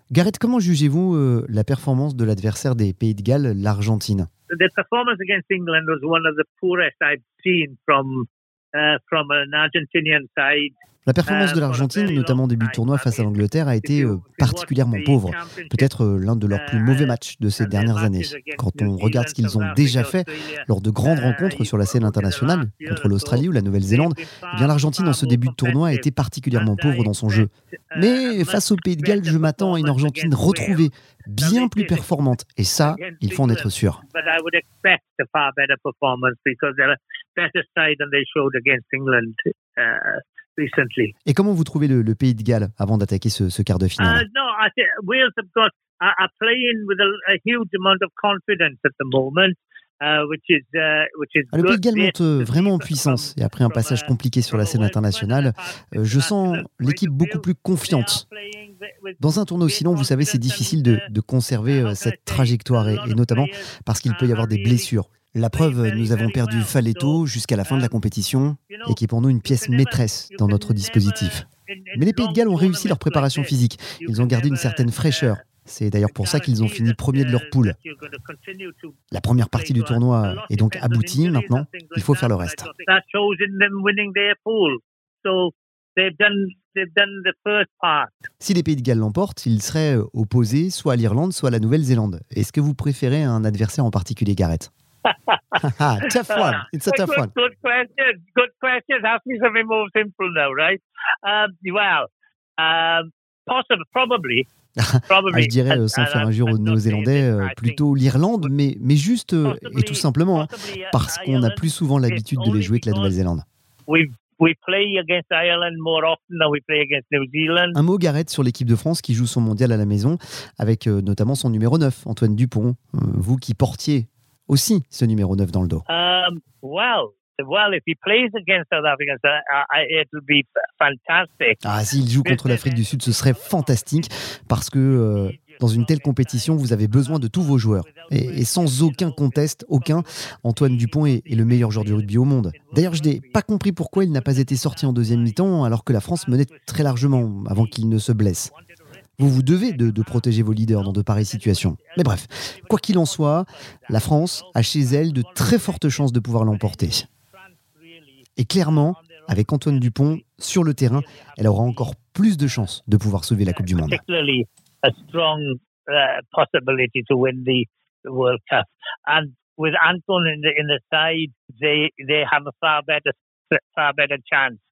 Gareth, comment jugez-vous la performance de l'adversaire des Pays de Galles, l'Argentine? The performance against England was one of the poorest I've seen from an Argentinian side. La performance de l'Argentine, notamment au début de tournoi face à l'Angleterre, a été particulièrement pauvre. Peut-être l'un de leurs plus mauvais matchs de ces dernières années. Quand on regarde ce qu'ils ont déjà fait lors de grandes rencontres sur la scène internationale, contre l'Australie ou la Nouvelle-Zélande, eh bien l'Argentine en ce début de tournoi a été particulièrement pauvre dans son jeu. Mais face au Pays de Galles, je m'attends à une Argentine retrouvée, bien plus performante. Et ça, il faut en être sûr. Et comment vous trouvez le Pays de Galles avant d'attaquer ce quart de finale? Wales are playing with a huge amount of confidence at the moment. Le Pays de Galles monte vraiment en puissance et après un passage compliqué sur la scène internationale, je sens l'équipe beaucoup plus confiante. Dans un tournoi aussi long, vous savez, c'est difficile de conserver cette trajectoire et notamment parce qu'il peut y avoir des blessures. La preuve, nous avons perdu Faletto jusqu'à la fin de la compétition et qui est pour nous une pièce maîtresse dans notre dispositif. Mais les Pays de Galles ont réussi leur préparation physique. Ils ont gardé une certaine fraîcheur. C'est d'ailleurs pour ça qu'ils ont fini premier de leur poule. La première partie du tournoi est donc aboutie. Maintenant, il faut faire le reste. Si les Pays de Galles l'emportent, ils seraient opposés soit à l'Irlande, soit à la Nouvelle-Zélande. Est-ce que vous préférez un adversaire en particulier, Gareth? Tough one. It's a tough one. Good question. Ask me something more simple now, right? Probably. Je dirais, sans faire injure aux Néo-Zélandais, plutôt l'Irlande, mais juste et tout simplement parce qu'on a plus souvent l'habitude de les jouer que la Nouvelle-Zélande. Un mot, Gareth, sur l'équipe de France qui joue son mondial à la maison, avec notamment son numéro 9, Antoine Dupont. Vous qui portiez aussi ce numéro 9 dans le dos. If he plays against South Africa, it will be fantastic. S'il joue contre l'Afrique du Sud, ce serait fantastique parce que dans une telle compétition, vous avez besoin de tous vos joueurs. Et sans aucun conteste, Antoine Dupont est le meilleur joueur du rugby au monde. D'ailleurs, je n'ai pas compris pourquoi il n'a pas été sorti en deuxième mi-temps alors que la France menait très largement avant qu'il ne se blesse. Vous devez de protéger vos leaders dans de pareilles situations. Mais bref, quoi qu'il en soit, la France a chez elle de très fortes chances de pouvoir l'emporter. Et clairement, avec Antoine Dupont sur le terrain, elle aura encore plus de chances de pouvoir sauver la Coupe du Monde. Particularly a strong possibility to win the World Cup. And with Anton in the side, they have a far better chance.